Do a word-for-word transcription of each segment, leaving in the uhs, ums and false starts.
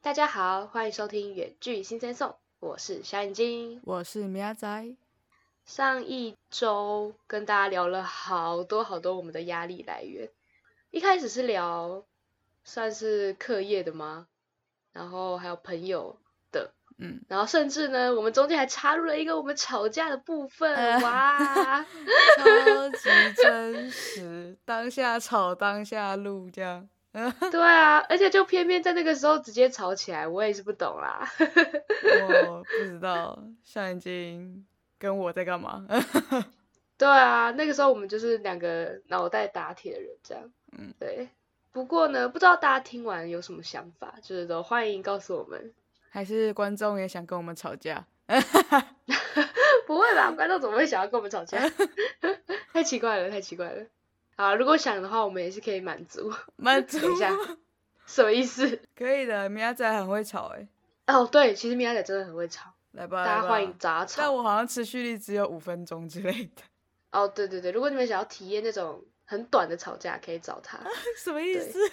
大家好，欢迎收听远距新生颂，我是小眼睛， 我是明仔。 上一周跟大家聊了好多好多我们的压力来源，一开始是聊算是课业的吗？然后还有朋友的， 嗯， 然后甚至呢，我们中间还插入了一个我们吵架的部分， 呃、 哇， 超级真实，当下吵当下录这样。 对啊，而且就偏偏在那个时候直接吵起来，我也是不懂啦。 我不知道小眼睛跟我在干嘛。 对啊，那个时候我们就是两个脑袋打铁的人这样。 嗯， 对。不过呢，不知道大家听完有什么想法，就是都欢迎告诉我们。 还是观众也想跟我们吵架？ 不会吧？观众怎么会想要跟我们吵架？太奇怪了，太奇怪了。好，如果想的话，我们也是可以满足。 满足？ 等一下，什么意思？ 可以的，明仔很会吵哎、 欸。哦，对，其实米娅仔真的很会吵。 来吧， 大家欢迎找他吵。 但我好像持续力只有五分钟之类的。 哦，对对对，如果你们想要体验那种很短的吵架，可以找他。 什么意思？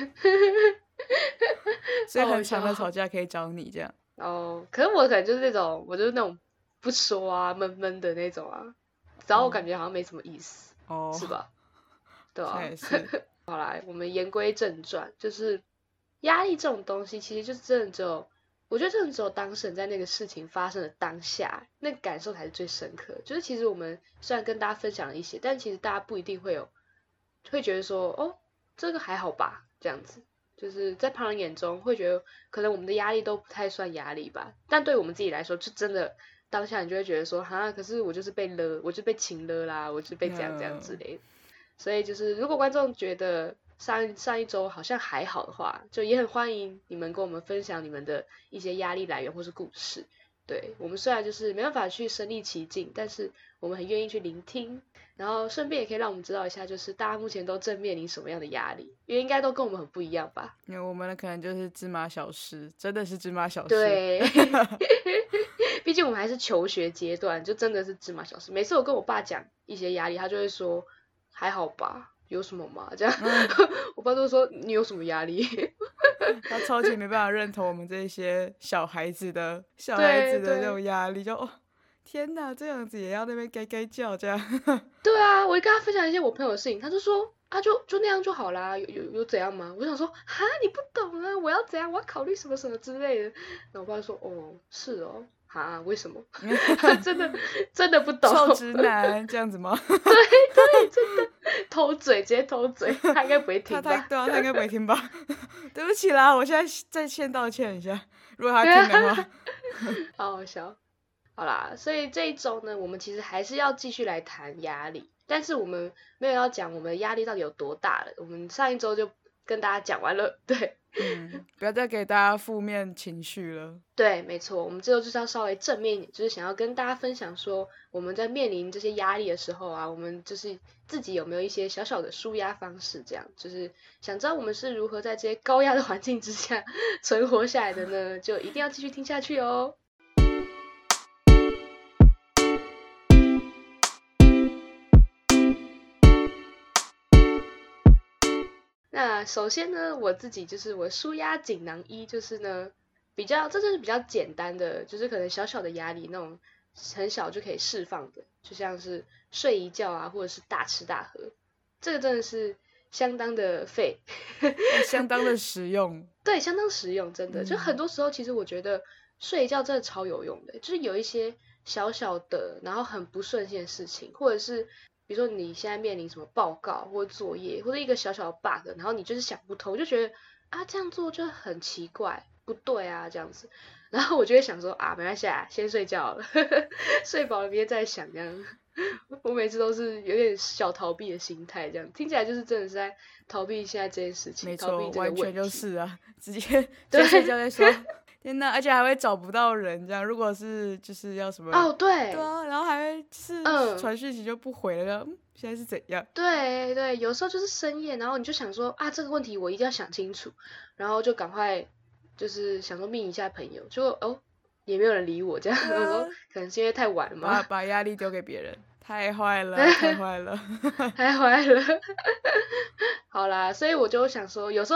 所以很长的吵架可以找你这样。 哦，可是我可能就是那种，我就是那种不说啊，闷闷的那种啊，然后我感觉好像没什么意思， 哦， 是吧？对啊， 是。 好啦，我们言归正传，就是压力这种东西，其实就是真的只有，我觉得真的只有当事人在那个事情发生的当下，那个感受才是最深刻。就是其实我们虽然跟大家分享了一些，但其实大家不一定会有，会觉得说，哦，这个还好吧，这样子。就是在旁人眼中会觉得，可能我们的压力都不太算压力吧，但对我们自己来说，就真的当下你就会觉得说，哈，可是我就是被勒，我就被情勒啦，我就被这样这样之类的。所以就是，如果观众觉得上上一周好像还好的话，就也很欢迎你们跟我们分享你们的一些压力来源或是故事。对，我们虽然就是没办法去身临其境，但是我们很愿意去聆听，然后顺便也可以让我们知道一下，就是大家目前都正面临什么样的压力，因为应该都跟我们很不一样吧。 因为我们的可能就是芝麻小事，真的是芝麻小事。 对，毕竟我们还是求学阶段，就真的是芝麻小事。每次我跟我爸讲一些压力，他就会说还好吧，有什么嘛？这样，嗯、我爸都说你有什么压力？ 他超级没办法认同我们这些小孩子的小孩子的那种压力，就哦，天哪，这样子也要那边该该叫这样。 对啊，我一跟他分享一些我朋友的事情，他就说啊，就就那样就好啦，有有有怎样吗？我就想说，哈，你不懂啊，我要怎样，我要考虑什么什么之类的。然后我爸就说，哦，是哦。哈，为什么？真的真的不懂。 臭直男这样子吗？ 对对，真的偷嘴，直接偷嘴，他应该不会听吧？ 他对啊，他应该不会听吧？对不起啦，我现在再先道歉一下，如果他听的话。 好好笑。好啦，所以这一周呢，我们其实还是要继续来谈压力，但是我们没有要讲我们的压力到底有多大了。我们上一周就跟大家讲完了，对。 嗯，不要再给大家负面情绪了。 对，没错，我们这周就是要稍微正面一点，就是想要跟大家分享说，我们在面临这些压力的时候啊，我们就是自己有没有一些小小的抒压方式，这样就是想知道我们是如何在这些高压的环境之下存活下来的呢？就一定要继续听下去哦。那首先呢，我自己就是我抒压锦囊一，就是呢比较，这就是比较简单的，就是可能小小的压力那种很小就可以释放的，就像是睡一觉啊，或者是大吃大喝，这个真的是相当的废， 相当的实用。 对，相当实用，真的、嗯。就很多时候，其实我觉得睡一觉真的超有用的，就是有一些小小的，然后很不顺心的事情，或者是。比如说你现在面临什么报告或作业，或者一个小小的 bug， 然后你就是想不通，就觉得啊这样做就很奇怪，不对啊这样子，然后我就会想说啊没关系啊，先睡觉了，睡饱了明天再想这样。我每次都是有点小逃避的心态，这样听起来就是真的是在逃避现在这件事情， 没错， 完全就是啊，直接先睡觉再说。天哪，而且还会找不到人，这样如果是就是要什么哦，对， 对啊，然后还会是传讯息就不回了，嗯，现在是怎样？ 对对，有时候就是深夜，然后你就想说啊，这个问题我一定要想清楚，然后就赶快就是想说密一下朋友，就哦也没有人理我这样，我、啊、说可能是因为太晚了嘛， 把把压力丢给别人，太坏了，太坏了， 太坏了。好啦，所以我就想说，有时候。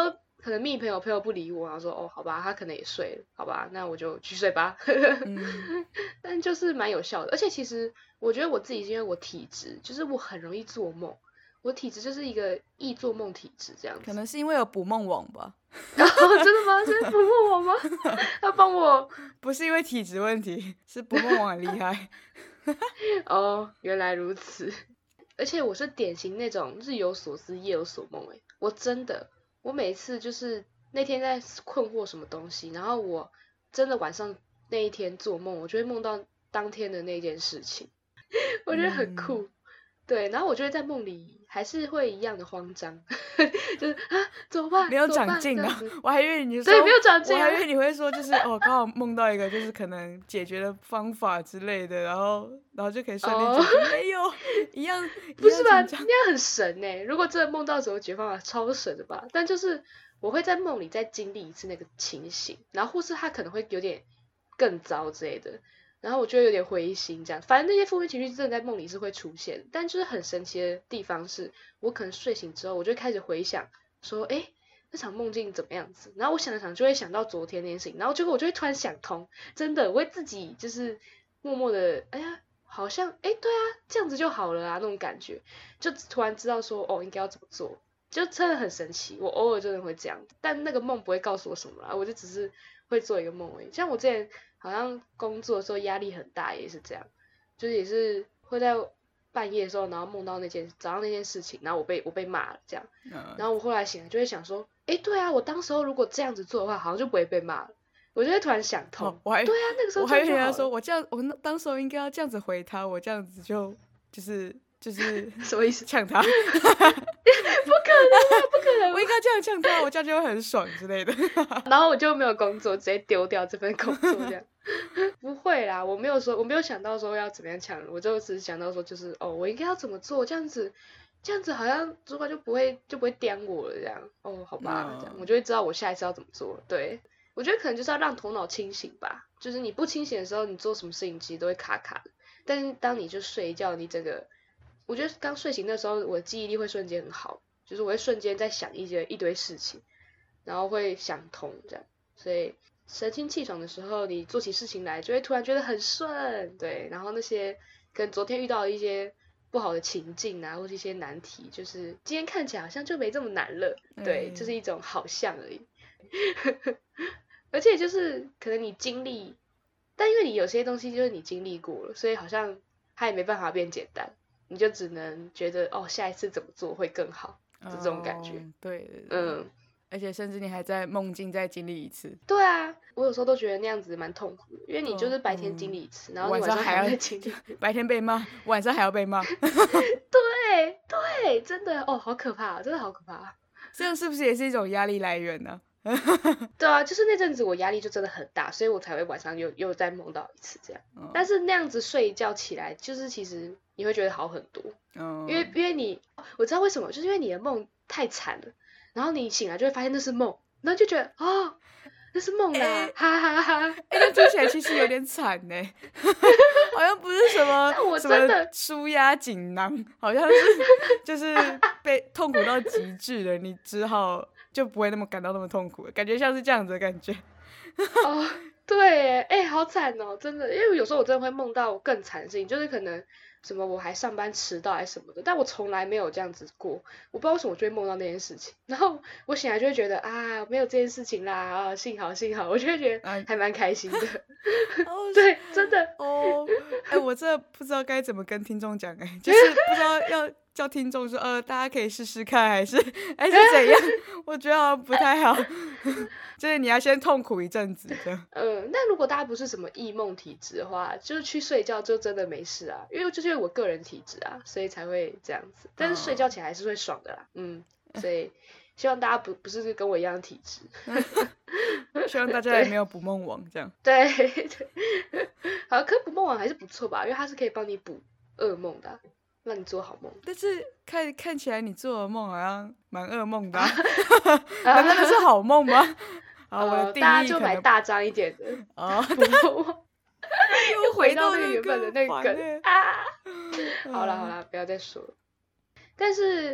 可能密朋友，朋友不理我，然后说哦好吧，他可能也睡了，好吧，那我就去睡吧。嗯、但就是蛮有效的，而且其实我觉得我自己是因为我体质，就是我很容易做梦。我体质就是一个易做梦体质这样子， 可能是因为有捕梦网吧。 然后真的吗？是捕梦网吗？他帮我？ 不是因为体质问题，是捕梦网很厉害。 哦，原来如此。而且我是典型那种日有所思夜有所梦哎，我真的，我每次就是那天在困惑什么东西，然后我真的晚上那一天做梦，我就会梦到当天的那件事情，我觉得很酷。嗯对，然后我就会在梦里还是会一样的慌张，就是啊怎么办？ 没有长进啊！我还以为你说对没有长进、啊， 我还以为你会说就是哦，刚好梦到一个就是可能解决的方法之类的，然后然后就可以顺利解决。哦、没有，一样不是吧？那样很神哎！如果真的梦到什么解决方法，超神的吧？但就是我会在梦里再经历一次那个情形，然后或是他可能会有点更糟之类的。然后我就有点灰心，这样，反正那些负面情绪真的在梦里是会出现，但就是很神奇的地方是，我可能睡醒之后，我就开始回想，说，哎，那场梦境怎么样子？然后我想了想，就会想到昨天那件事情，然后结果我就会突然想通，真的，我会自己就是默默的，哎呀，好像，哎，对啊，这样子就好了啊，那种感觉，就突然知道说，哦，应该要怎么做，就真的很神奇。我偶尔真的会这样，但那个梦不会告诉我什么啦，我就只是会做一个梦而已。像我之前。好像工作的时候压力很大，也是这样，就是也是会在半夜的时候，然后梦到那件早上那件事情，然后我被我被骂了这样，然后我后来醒来就会想说，哎，对啊，我当时候如果这样子做的话，好像就不会被骂了，我就会突然想通， 哦、我还对啊，那个时候我还以为他说我这样，我当时候应该要这样子回他，我这样子就就是就是什么意思？ 呛他。 不可能，不可能！ 我应该这样呛他，我这样就会很爽之类的。 然后我就没有工作，直接丢掉这份工作这样。不会啦，我没有说，我没有想到说要怎么样抢人，我就只是想到说，就是哦，我应该要怎么做，这样子，这样子好像主管就不会就不会刁我了这样。哦，好吧，这样我就会知道我下一次要怎么做。对，我觉得可能就是要让头脑清醒吧，就是你不清醒的时候，你做什么事情其实都会卡卡的。但是当你就睡一觉，你整个，我觉得刚睡醒的时候，我的记忆力会瞬间很好。就是我会瞬间在想一些一堆事情，然后会想通这样，所以神清气爽的时候，你做起事情来就会突然觉得很顺，对，然后那些跟昨天遇到的一些不好的情境啊，或是一些难题，就是今天看起来好像就没这么难了，对，嗯、就是一种好像而已。而且就是可能你经历，但因为你有些东西就是你经历过了，所以好像它也没办法变简单，你就只能觉得哦，下一次怎么做会更好。就这种感觉，哦、 对, 对, 对，嗯，而且甚至你还在梦境再经历一次。 对啊，我有时候都觉得那样子蛮痛苦的，因为你就是白天经历一次，哦、然后你晚上还要经历， 白天被骂，晚上还要被骂。 对对，真的哦，好可怕，真的好可怕。 这样是不是也是一种压力来源呢、 啊？对啊，就是那阵子我压力就真的很大，所以我才会晚上又又再梦到一次这样。哦、但是那样子睡一觉起来，就是其实你会觉得好很多。因为因为你我知道为什么，就是因为你的梦太惨了，然后你醒来就会发现那是梦，然后就觉得哦，那是梦啦，欸、哈哈哈！ 哎、欸，那听起来其实有点惨呢，好像不是什么什么舒压锦囊，好像是就是被痛苦到极致了，你只好就不会那么感到那么痛苦了，感觉像是这样子的感觉。 哦，对，哎、欸，好惨哦，真的，因为有时候我真的会梦到更惨的事情，就是可能。什么我还上班迟到还是什么的，但我从来没有这样子过，我不知道为什么我就会梦到那件事情，然后我醒来就会觉得啊没有这件事情啦，啊幸好幸好，我就会觉得还蛮开心的。哦、对，真的哦，哎、欸，我真的不知道该怎么跟听众讲，哎，就是不知道要叫听众说呃大家可以试试看，还是还是怎样？我觉得好像不太好，就是你要先痛苦一阵子的。 嗯，那如果大家不是什么异梦体质的话，就是去睡觉就真的没事啊，因为就是因为我个人体质啊，所以才会这样子。但是睡觉起来还是会爽的啦，嗯，所以希望大家不不是跟我一样的体质。 希望大家也没有捕梦网这样。 对，对好，可捕梦网还是不错吧，因为它是可以帮你捕噩梦的、啊，让你做好梦。 但是看看起来你做的梦好像蛮噩梦的、啊，难道那是好梦吗？好，我的定义大家就买大张一点的哦。又回到那个原本的那个梗啊！好啦好啦，不要再说了。但是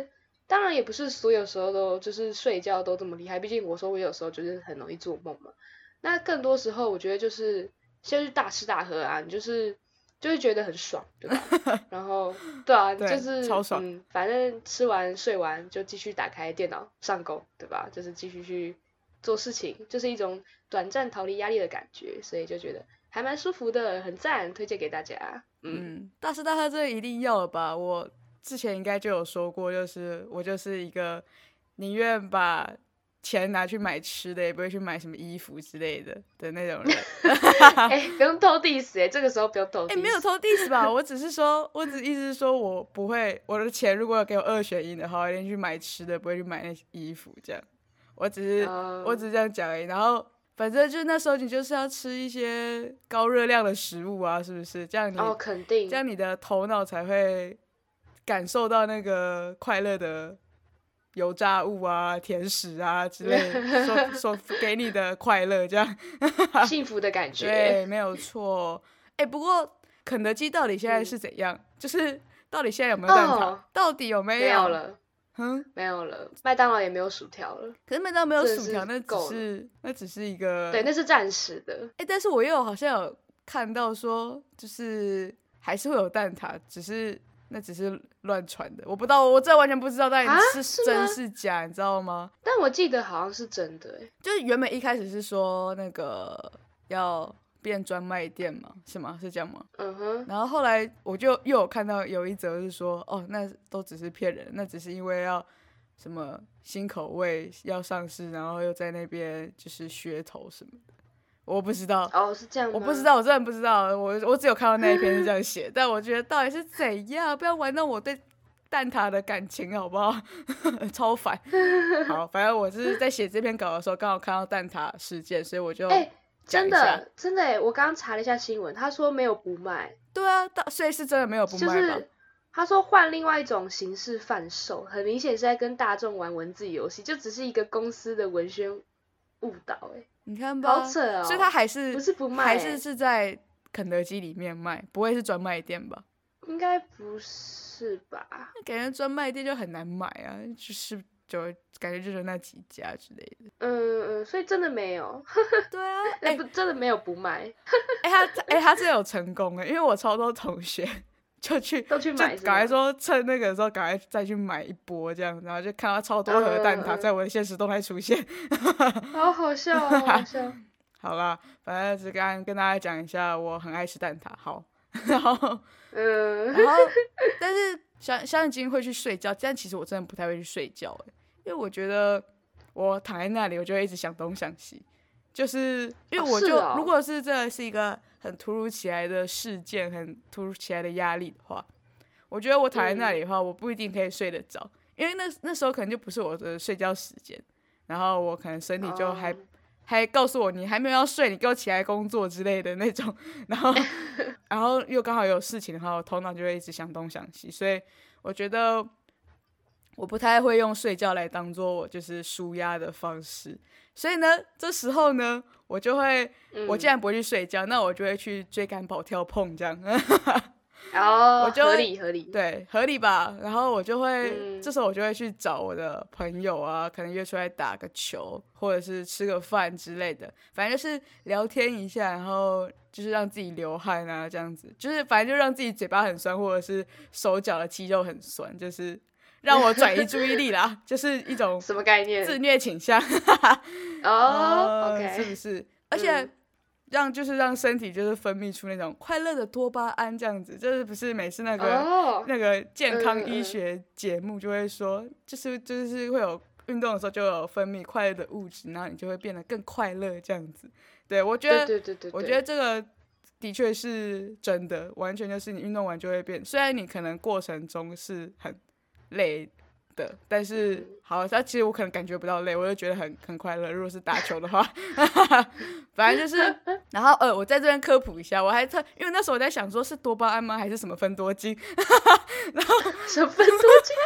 当然也不是所有时候都就是睡觉都这么厉害，毕竟我说我有时候就是很容易做梦嘛。那更多时候我觉得就是先去大吃大喝啊，你就是就会觉得很爽，对吧？然后对啊， 对就是超爽嗯，反正吃完睡完就继续打开电脑上工，对吧？就是继续去做事情，就是一种短暂逃离压力的感觉，所以就觉得还蛮舒服的，很赞，推荐给大家。嗯， 嗯，大吃大喝这一定要了吧？我之前应该就有说过，就是我就是一个宁愿把钱拿去买吃的，也不会去买什么衣服之类的的那种人。 哎、欸，不用偷 diss 哎、欸，这个时候不用偷 diss。哎、 欸，没有偷 diss 吧？我只是说，我只意思是说我不会，我的钱如果有给我二选一的话，我一定去买吃的，不会去买那些衣服这样。我只是、uh... 我只是这样讲而已。然后反正就那时候你就是要吃一些高热量的食物啊，是不是？这样你哦，肯定， 这样你的头脑才会感受到那个快乐的油炸物啊、甜食啊之类的所所给你的快乐，这样幸福的感觉。 对，没有错。哎、欸，不过肯德基到底现在是怎样？嗯、就是到底现在有没有蛋挞？哦、到底有没有？ 没有了。 嗯， 没有了，麦当劳也没有薯条了。 可是麦当劳没有薯条，那只是那只是一个， 对，那是暂时的。 哎、欸，但是我又好像有看到说，就是还是会有蛋挞，只是那只是乱传的，我不知道，我这完全不知道到底是真是假，啊、是你知道吗？ 但我记得好像是真的，哎， 就是原本一开始是说那个要变专卖店嘛，是吗？是这样吗？ 嗯哼。 然后后来我就又有看到有一则是说，哦，那都只是骗人，那只是因为要什么新口味要上市，然后又在那边就是噱头什么的，我不知道。 哦，是这样吗？ 我不知道，我真的不知道。我我只有看到那一篇是这样写，但我觉得到底是怎样？不要玩到我对蛋挞的感情好不好？超烦。好，反正我是在写这篇稿的时候刚好看到蛋挞事件，所以我就。 欸真的真的耶，我刚刚查了一下新闻，他说没有不卖。 对啊，所以是真的没有不卖吧？ 就是他说换另外一种形式贩售，很明显是在跟大众玩文字游戏，就只是一个公司的文宣误导。哎， 你看吧， 好扯哦。 所以他还是不是不卖， 还是是在肯德基里面卖，不会是专卖店吧？ 应该不是吧？ 感觉专卖店就很难买啊，就是就感觉就是那几家之类的。 嗯嗯，所以真的没有。 对啊， 哎、欸，不，真的没有不卖。 哎、欸，他哎、欸、他真的有成功哎，因为我超多同学就去都去买， 就赶快说趁那个时候赶快再去买一波这样，然后就看到超多盒蛋挞在我的现实动态出现， 好好笑哦，好笑。 好啦，反正只刚跟大家讲一下，我很爱吃蛋挞。好，然后嗯， 然后但是像像今天会去睡觉，但其实我真的不太会去睡觉哎，因为我觉得我躺在那里，我就会一直想东想西。就是因为我就、 哦哦、 如果是这是一个很突如其来的事件，很突如其来的压力的话，我觉得我躺在那里的话、嗯、我不一定可以睡得着，因为那那时候可能就不是我的睡觉时间，然后我可能身体就还、哦、还告诉我你还没有要睡，你给我起来工作之类的那种，然后然后又刚好有事情的话，我头脑就会一直想东想西，所以我觉得我不太会用睡觉来当做我就是抒压的方式。所以呢，这时候呢，我就会，嗯、我既然不会去睡觉，那我就会去追赶跑跳碰这样。 哦， 我就合理合理， 对，合理吧。然后我就会、 嗯， 这时候我就会去找我的朋友啊，可能约出来打个球，或者是吃个饭之类的，反正就是聊天一下，然后就是让自己流汗啊，这样子，就是反正就让自己嘴巴很酸，或者是手脚的肌肉很酸，就是让我转移注意力啦，就是一种什么概念？ 自虐倾向。 哦、oh, ，OK， 是不是？而且让就是让身体就是分泌出那种快乐的多巴胺，这样子，就是不是每次那个、oh, 那个健康医学节目就会说，嗯、就是就是会有运动的时候就有分泌快乐的物质，然后你就会变得更快乐，这样子。对，我觉得， 对对对对， 我觉得这个的确是真的，完全就是你运动完就会变，虽然你可能过程中是很累的，但是、嗯、好，但其实我可能感觉不到累，我就觉得很很快乐。如果是打球的话，反正就是，然后呃，我在这边科普一下，我还特，因为那时候我在想说是多巴胺吗，还是什么芬多精？然后什么芬多精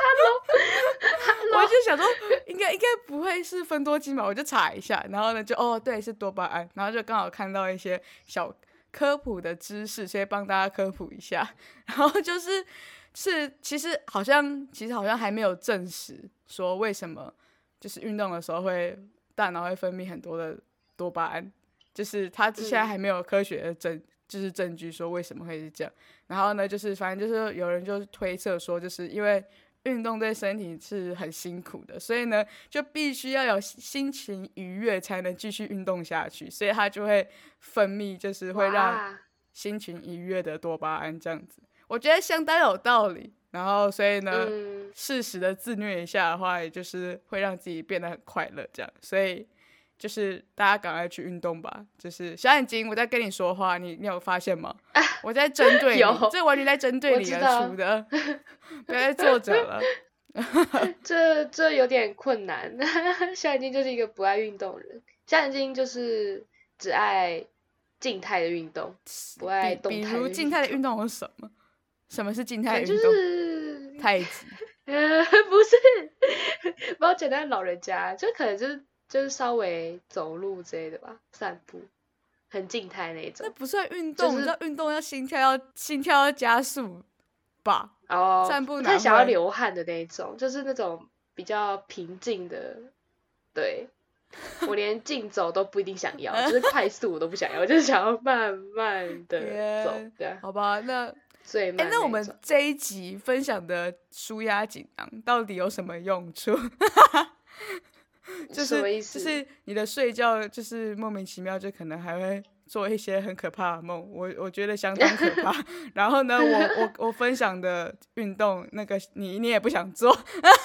？Hello， 我就想说应该应该不会是芬多精吧，我就查一下，然后呢就哦对是多巴胺，然后就刚好看到一些小科普的知识，所以帮大家科普一下，然后就是。 是其实好像其实好像还没有证实说为什么就是运动的时候会大脑会分泌很多的多巴胺，就是它现在还没有科学的证、嗯、就是证据说为什么会是这样。然后呢就是反正就是有人就推测说就是因为运动对身体是很辛苦的，所以呢就必须要有心情愉悦才能继续运动下去，所以它就会分泌就是会让心情愉悦的多巴胺这样子。我觉得相当有道理，然后所以呢、嗯、适时的自虐一下的话也就是会让自己变得很快乐这样。所以就是大家赶快去运动吧。就是小眼睛我在跟你说话，你你有发现吗、啊、我在针对你，这完全在针对你而出的，不要再坐着了这这有点困难小眼睛就是一个不爱运动的人，小眼睛就是只爱静态的运动，不爱动态的运动。 比如静态的运动有什么？什么是静态的运动？ 就是太极。 呃，不是，不要简单老人家，就可能就是就是稍微走路之类的吧，散步，很静态那种。 那不算运动，就是、你知道运动要心跳要心跳要加速吧？ 哦， 散步太想要流汗的那种，就是那种比较平静的，对。我连竞走都不一定想要，就是快速我都不想要，我就是想要慢慢的走， yeah, 对， 好吧，那最慢那、欸、 那我们这一集分享的舒压锦囊到底有什么用处？就是什么意思？ 就是你的睡觉就是莫名其妙就可能还会做一些很可怕的梦，我我觉得相当可怕。然后呢，我我我分享的运动那个你你也不想做。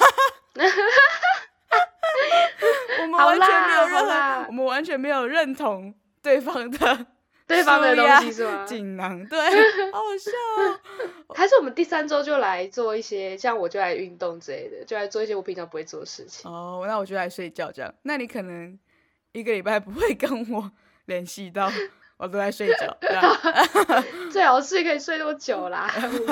我们完全没有任何，我们完全没有认同对方的对方的东西是吗？ 锦囊，对，好好笑哦。 还是我们第三周就来做一些，像我就来运动之类的，就来做一些我平常不会做的事情。 哦，那我就来睡觉这样。那你可能一个礼拜不会跟我联系到，我都在睡觉。 最好是可以睡多久啦？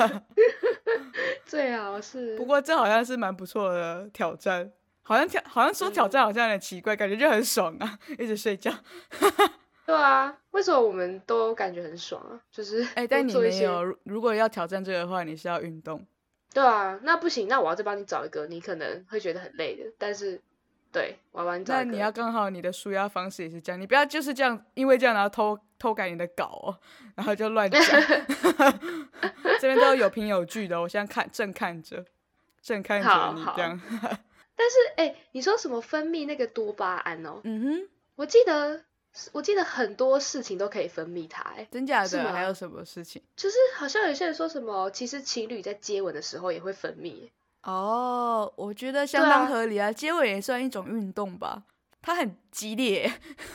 最好是。 不过这好像是蛮不错的挑战。好像挑，好像说挑战好像有点奇怪、嗯，感觉就很爽啊，一直睡觉。 对啊，为什么我们都感觉很爽啊？就是哎、欸，但你没有，如果要挑战这个的话，你是要运动。 对啊，那不行，那我要再帮你找一个你可能会觉得很累的，但是对，我要帮你找一个。 那你要刚好你的抒压方式也是这样，你不要就是这样，因为这样然后偷偷改你的稿哦，然后就乱讲。这边都有凭有据的，我现在看正看着，正看着你这样。好好但是哎、欸，你说什么分泌那个多巴胺哦？ 嗯哼， 我记得我记得很多事情都可以分泌它，哎， 真假的？还有什么事情？ 就是好像有些人说什么，其实情侣在接吻的时候也会分泌。 哦，我觉得相当合理啊，啊接吻也算一种运动吧，它很激烈。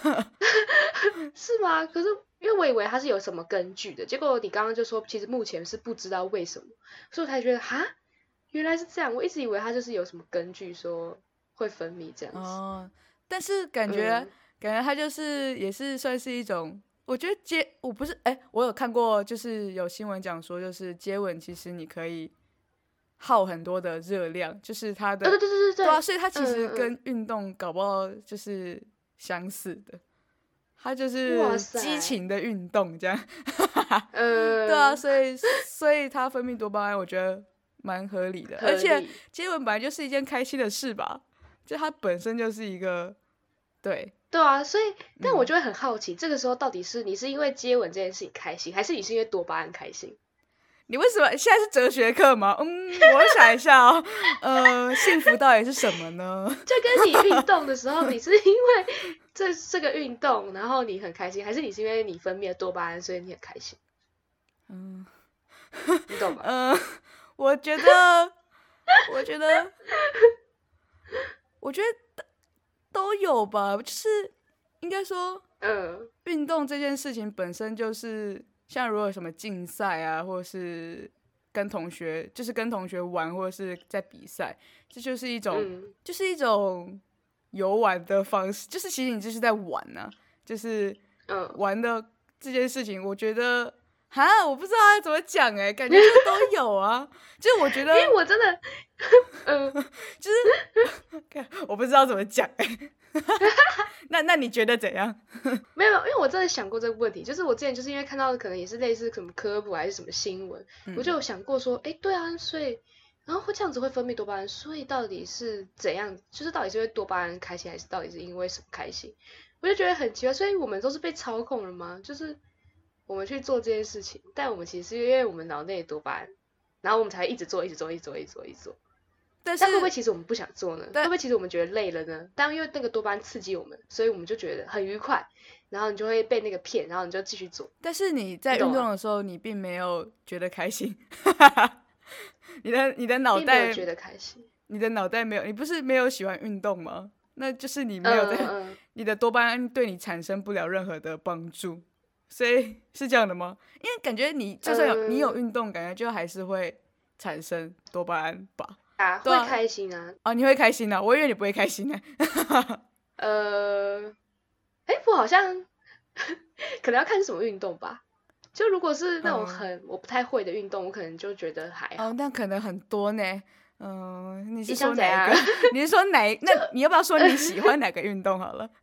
是吗？可是因为我以为它是有什么根据的，结果你刚刚就说，其实目前是不知道为什么，所以我才觉得哈。原来是这样，我一直以为它就是有什么根据说会分泌这样子。 哦，但是感觉、嗯、感觉它就是也是算是一种，我觉得接我不是哎、欸，我有看过，就是有新闻讲说，就是接吻其实你可以耗很多的热量，就是它的、 哦、对对对对对， 对啊，所以它其实跟运动搞不好就是相似的，它就是激情的运动这样。 嗯， 对啊，所以所以它分泌多巴胺，我觉得。蛮合理的，而且接吻本来就是一件开心的事吧，就它本身就是一个，对对啊，所以但我就会很好奇、嗯，这个时候到底是你是因为接吻这件事情开心，还是你是因为多巴胺开心？ 你为什么现在是哲学课吗？嗯，我想一下哦，呃，幸福到底是什么呢？ 就跟你运动的时候，你是因为这这个运动，然后你很开心，还是你是因为你分泌了多巴胺，所以你很开心？ 嗯， 你懂吗？ 嗯。我觉得，我觉得，我觉得都有吧。就是应该说， 嗯， 运动这件事情本身就是像如果有什么竞赛啊，或者是跟同学，就是跟同学玩，或者是在比赛，这就是一种，嗯、就是一种游玩的方式。就是其实你就是在玩啊，就是玩的这件事情，我觉得。哈，我不知道该怎么讲哎、欸，感觉就都有啊。就是我觉得， 因为我真的，嗯， 就是我不知道怎么讲哎、欸。 那那你觉得怎样？ 没有，因为我真的想过这个问题，就是我之前就是因为看到可能也是类似什么科普还是什么新闻，嗯、我就有想过说，哎，对啊，所以然后会这样子会分泌多巴胺，所以到底是怎样？就是到底是因为多巴胺开心，还是到底是因为什么开心？我就觉得很奇怪，所以我们都是被操控了吗？就是我们去做这件事情，但我们其实是因为我们脑内的多巴胺，然后我们才一直做，一直做，一直做，一直做，一直做。但, 但会不会其实我们不想做呢？会不会其实我们觉得累了呢？但因为那个多巴胺刺激我们，所以我们就觉得很愉快，然后你就会被那个骗，然后你就继续做。 但是你在运动的时候，你并没有觉得开心，你的你的脑袋并没有觉得开心， 你的脑袋没有，你不是没有喜欢运动吗？那就是你没有在， 嗯嗯、 你的多巴胺对你产生不了任何的帮助，所以是这样的吗？因为感觉你就算有、嗯、你有运动，感觉就还是会产生多巴胺吧。 啊，会开心啊！ 哦，你会开心啊？我以为你不会开心呢、 啊。呃，哎，我好像可能要看是什么运动吧。就如果是那种很、嗯、我不太会的运动，我可能就觉得还好。 哦，那可能很多呢。嗯、呃，你是说哪一个？你是说哪？那你要不要说你喜欢哪个运动好了？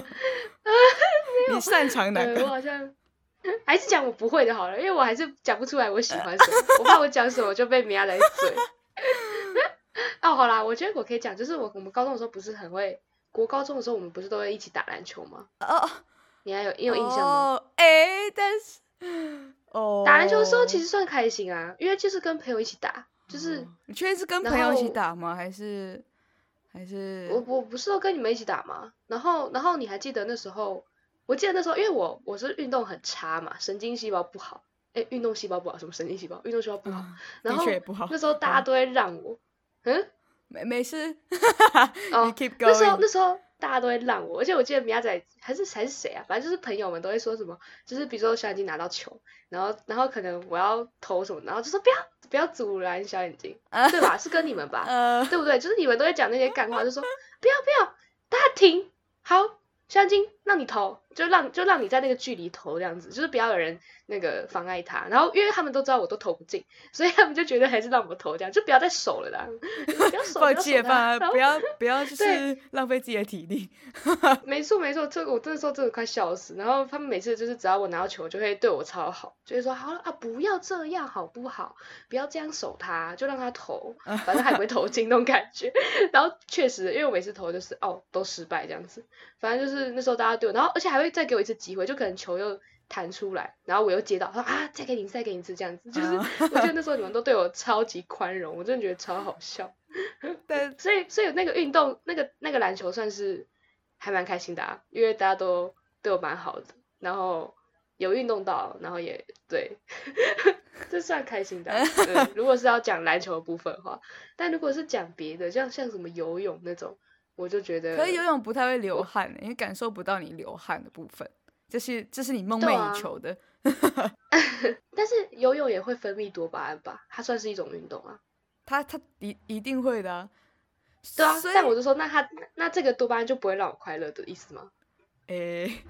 你擅长哪个、 呃？我好像还是讲我不会的好了，因为我还是讲不出来我喜欢什么，我怕我讲什么就被米娅来嘴。哦，好啦，我觉得我可以讲，就是我我们高中的时候不是很会，国高中的时候我们不是都会一起打篮球吗？ 哦， 你还有你有印象吗？ 哦，哎、欸，但是哦， 打篮球的时候其实算开心啊，因为就是跟朋友一起打，就是、哦、 你确定是跟朋友一起打吗？还是还是我我不是都跟你们一起打吗？然后然后你还记得那时候？我记得那时候，因为我我是运动很差嘛，神经细胞不好。哎，运动细胞不好，什么神经细胞？运动细胞不好，嗯、然后不好那时候大家都会让我，嗯， 没没事， 哦， 你 keep going。 那时候那时候大家都会让我，而且我记得米亚仔还是还是谁啊，反正就是朋友们都会说什么，就是比如说小眼睛拿到球，然后然后可能我要投什么，然后就说不要不要阻拦小眼睛，呃、对吧？是跟你们吧，呃、对不对？就是你们都会讲那些干话，就说不要不要，大家停，好。小眼睛让你投，就让就让你在那个距离投这样子，就是不要有人那个妨碍他。然后因为他们都知道我都投不进，所以他们就觉得还是让我投这样，就不要再守了啦，不要守， 放弃吧，不要不要就是浪费自己的体力。 没错没错，这个我这时候真的快笑死。然后他们每次就是只要我拿到球，就会对我超好，就会说好了啊，不要这样好不好？不要这样守他，就让他投，反正还不会投进那种感觉。然后确实，因为我每次投就是哦都失败这样子，反正就是。那时候大家对我，然后而且还会再给我一次机会，就可能球又弹出来，然后我又接到，说啊再给你再给你一次这样子，就是我觉得那时候你们都对我超级宽容，我真的觉得超好笑。对，所以所以那个运动那个那个篮球算是还蛮开心的啊，因为大家都对我蛮好的，然后有运动到，然后也对，这算开心的、啊嗯。如果是要讲篮球的部分的话，但如果是讲别的，像像什么游泳那种。我就觉得， 可是游泳不太会流汗，因为感受不到你流汗的部分，这是这是你梦寐以求的。 啊、但是游泳也会分泌多巴胺吧？它算是一种运动啊。 它它一一定会的啊。 对啊，但我就说，那它那这个多巴胺就不会让我快乐的意思吗？ 诶、欸，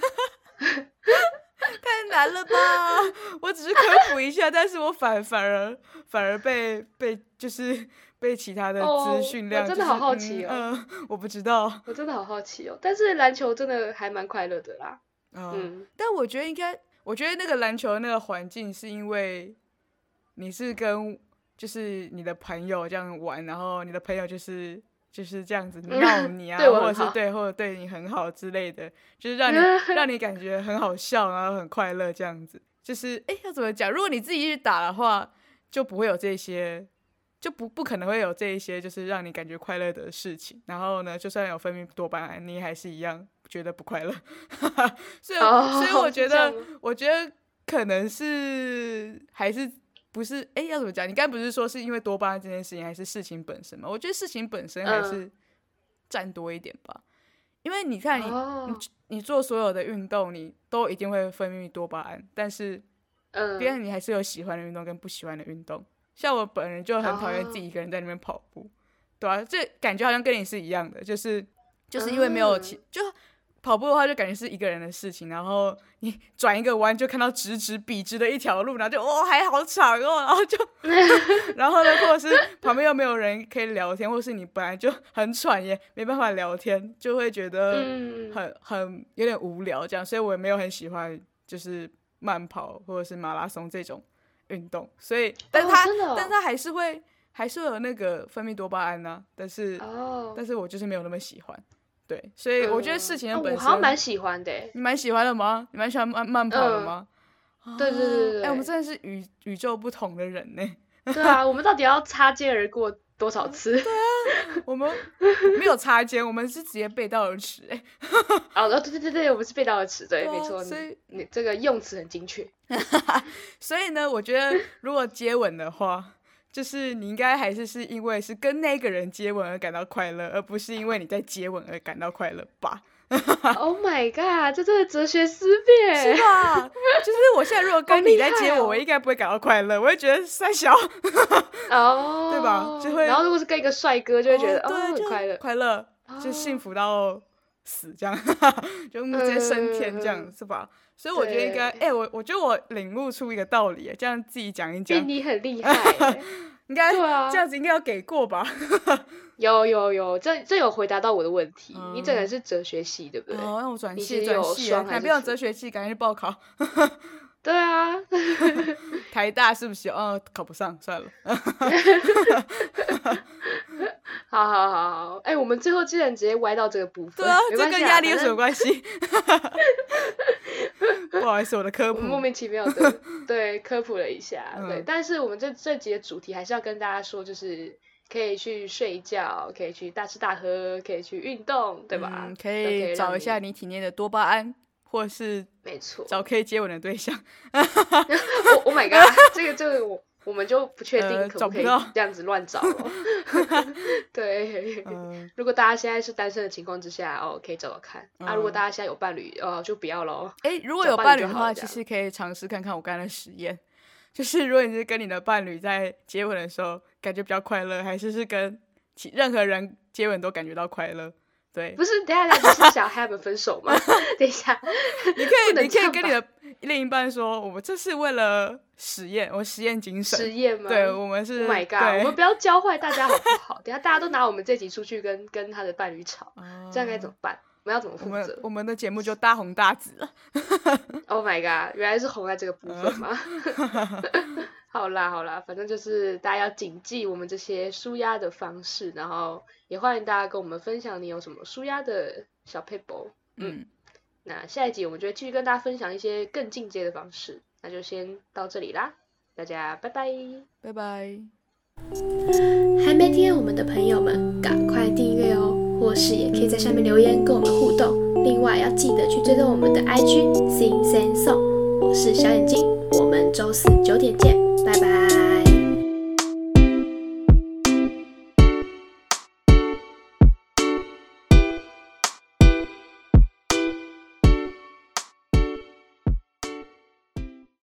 太难了吧！我只是科普一下，但是我反反而反而被被就是。被其他的资讯量、 哦，我真的好好奇哦。 嗯，呃、我不知道。 我真的好好奇哦。但是篮球真的还蛮快乐的啦。 嗯, 嗯，但我觉得应该，我觉得那个篮球的那个环境是因为你是跟就是你的朋友这样玩，然后你的朋友就是就是这样子闹你啊， 嗯、 或者是对或者对你很好之类的，就是让你让你感觉很好笑，然后很快乐这样子。就是哎，要怎么讲？如果你自己去打的话，就不会有这些。就不不可能会有这一些就是让你感觉快乐的事情，然后呢，就算有分泌多巴胺，你还是一样觉得不快乐。所以， oh, 所以我觉得，我觉得可能是还是不是？哎，要怎么讲？你刚才不是说是因为多巴胺这件事情，还是事情本身吗？我觉得事情本身还是占多一点吧。嗯、因为你看你，你、oh. 你做所有的运动，你都一定会分泌多巴胺，但是，嗯，别人你还是有喜欢的运动跟不喜欢的运动。像我本人就很讨厌自己一个人在那边跑步， oh. 对啊，这感觉好像跟你是一样的，就是就是因为没有其、嗯、就跑步的话就感觉是一个人的事情，然后你转一个弯就看到直直笔直的一条路，然后就哦还好长哦，然后就然后呢或者是旁边又没有人可以聊天，或是你本来就很喘也没办法聊天，就会觉得很很有点无聊这样，所以我也没有很喜欢就是慢跑或者是马拉松这种运动，所以但它、 哦哦、 但它还是会还是会有那个分泌多巴胺啊，但是、 哦、 但是我就是没有那么喜欢。对，所以我觉得事情的本身、 嗯哦、我好像蛮喜欢的。 你蛮喜欢的吗？你蛮喜欢慢慢跑的吗？ 嗯、对对对对，哎、 欸，我们真的是宇宇宙不同的人呢。 对啊，我们到底要擦肩而过多少次？ 对啊，我们没有擦肩，我们是直接背道而驰哎。 哦，对对对对，我们是背道而驰，对， 对啊、 没错， 所以你这个用词很精确。 所以呢，我觉得如果接吻的话。就是你应该还是是因为是跟那个人接吻而感到快乐，而不是因为你在接吻而感到快乐吧 ？Oh my god， 这真的哲学思辨， 是吧？就是我现在如果跟你在接吻，哦、我应该不会感到快乐，我会觉得三小哦， oh, 对吧？就会， 然后如果是跟一个帅哥，就会觉得哦， 哦很快乐， 快乐，就幸福到死这样，就直接升天这样，嗯、是吧？所以我觉得应该，哎、欸，我我觉得我领悟出一个道理，这样自己讲一讲， 欸、你很厉害， 应该对啊，这样子应该要给过吧？ 有有有，这这有回答到我的问题。嗯、你整个是哲学系，对不对？ 哦，那我转系转系啊，还不要哲学系，赶紧去报考。 对啊， 台大是不是？哦，考不上，算了。 好好好好，哎、欸，我们最后竟然直接歪到这个部分。 对啊， 没关系啊， 这跟压力有什么关系？不好意思，我的科普莫名其妙的对科普了一下，嗯、对。但是我们这这集的主题还是要跟大家说，就是可以去睡觉，可以去大吃大喝，可以去运动，对吧？ 嗯、可以找一下你体内的多巴胺。或是没错， 找可以接吻的对象。 oh, oh my god， 这个这个我我们就不确定可不可以这样子乱找、哦。对、呃，如果大家现在是单身的情况之下，哦，可以找找看。呃、啊，如果大家现在有伴侣，哦，就不要咯。 哎、欸，如果有伴侣的话，其实可以尝试看看我刚才的实验，就是如果你是跟你的伴侣在接吻的时候感觉比较快乐，还是是跟任何人接吻都感觉到快乐。对， 不是，等一下，你是想他们分手吗？等一下， 你可以，你可以跟你的另一半说，我们这是为了实验，我实验精神。 实验吗？ 对，我们是。 Oh my god， 我们不要教坏大家好不好？等一下大家都拿我们这集出去跟跟他的伴侣吵，哦、这样该怎么办？我们要怎么负责？ 我们我们的节目就大红大紫了。 Oh my god， 原来是红在这个部分吗？嗯好啦好啦，反正就是大家要谨记我们这些抒压的方式，然后也欢迎大家跟我们分享你有什么抒压的小撇步。嗯，那下一集我们就会继续跟大家分享一些更进阶的方式，那就先到这里啦，大家拜拜， 拜拜。 还没订阅我们的朋友们，赶快订阅哦，或是也可以在下面留言跟我们互动。另外要记得去追踪我们的 I G Sing Sing Song， 我是小眼睛，我们周四九点见。拜拜。